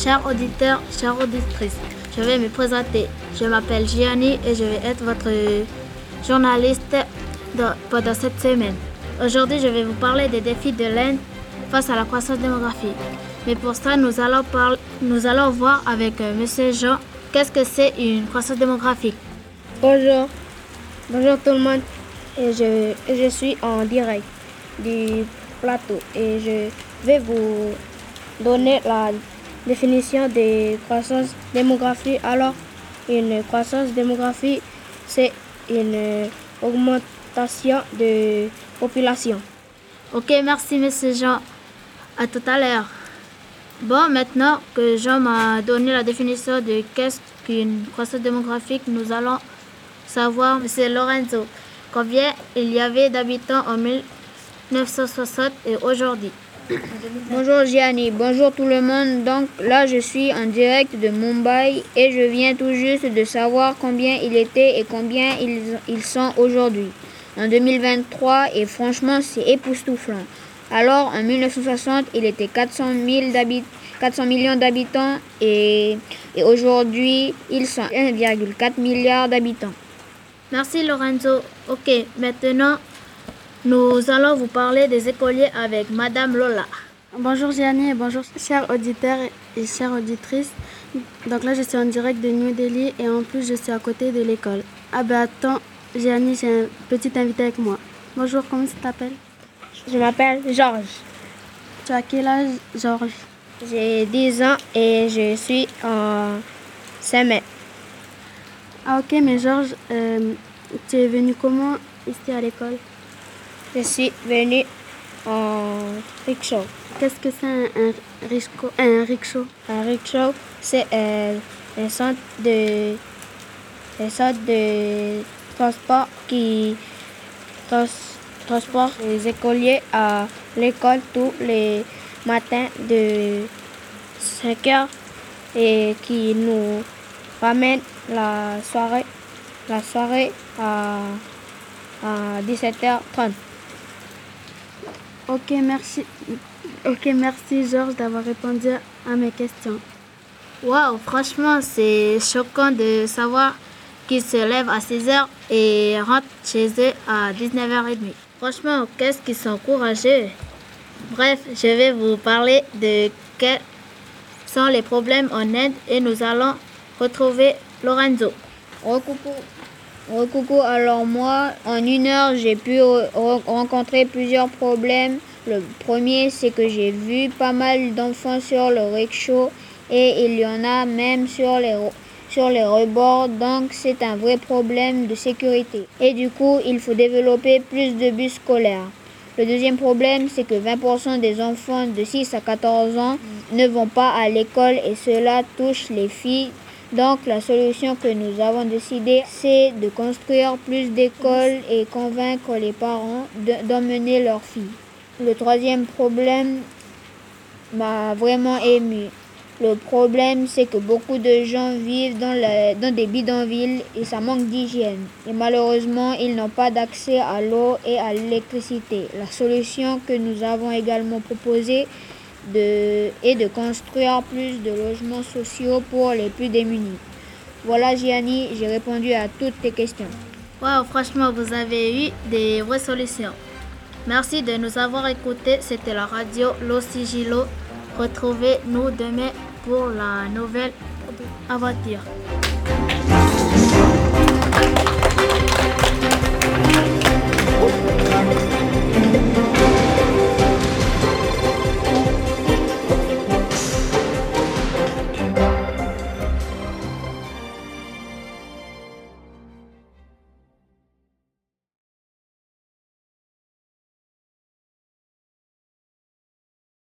Chers auditeurs, chères auditrices, je vais me présenter. Je m'appelle Gianni et je vais être votre journaliste pendant cette semaine. Aujourd'hui, je vais vous parler des défis de l'Inde face à la croissance démographique. Mais pour ça, nous allons voir avec Monsieur Jean qu'est-ce que c'est une croissance démographique. Bonjour tout le monde. Et je suis en direct du plateau et je vais vous donner la définition de croissance démographique. Alors, une croissance démographique, c'est une augmentation de population. Ok, merci Monsieur Jean. À tout à l'heure. Bon, maintenant que Jean m'a donné la définition de qu'est-ce qu'une croissance démographique, nous allons savoir, Monsieur Lorenzo, combien il y avait d'habitants en 1960 et aujourd'hui. Bonjour Gianni, bonjour tout le monde. Donc là je suis en direct de Mumbai et je viens tout juste de savoir combien il était et combien ils sont aujourd'hui. En 2023 et franchement c'est époustouflant. Alors en 1960 il était 400 millions d'habitants et aujourd'hui ils sont 1,4 milliard d'habitants. Merci Lorenzo. Ok, maintenant nous allons vous parler des écoliers avec Madame Lola. Bonjour Gianni et bonjour chers auditeurs et chères auditrices. Donc là je suis en direct de New Delhi et en plus je suis à côté de l'école. Ah ben attends Gianni, j'ai un petit invité avec moi. Bonjour, comment tu t'appelles? Je m'appelle Georges. Tu as quel âge Georges? J'ai 10 ans et je suis en CM1. Ah ok, mais Georges, tu es venu comment ici à l'école? Je suis venu en rickshaw. Qu'est-ce que c'est un rickshaw? Un rickshaw, c'est un centre de transport qui transporte les écoliers à l'école tous les matins de 5h et qui nous ramène la soirée à 17h30. Ok, merci Georges d'avoir répondu à mes questions. Waouh, franchement, c'est choquant de savoir qu'ils se lèvent à 6h et rentrent chez eux à 19h30. Franchement, qu'est-ce qu'ils sont courageux. Bref, je vais vous parler de quels sont les problèmes en Inde et nous allons retrouver Lorenzo. Coucou, alors moi, en 1 heure, j'ai pu rencontrer plusieurs problèmes. Le premier, c'est que j'ai vu pas mal d'enfants sur le rickshaw et il y en a même sur les rebords, donc c'est un vrai problème de sécurité. Et du coup, il faut développer plus de bus scolaires. Le deuxième problème, c'est que 20% des enfants de 6 à 14 ans ne vont pas à l'école et cela touche les filles. Donc la solution que nous avons décidé, c'est de construire plus d'écoles et convaincre les parents d'emmener leurs filles. Le troisième problème m'a vraiment ému. Le problème, c'est que beaucoup de gens vivent dans des bidonvilles et ça manque d'hygiène. Et malheureusement, ils n'ont pas d'accès à l'eau et à l'électricité. La solution que nous avons également proposée et de construire plus de logements sociaux pour les plus démunis. Voilà Gianni, j'ai répondu à toutes tes questions. Waouh, franchement, vous avez eu des vraies solutions. Merci de nous avoir écoutés. C'était la radio Lo Sigilo. Retrouvez-nous demain pour la nouvelle aventure.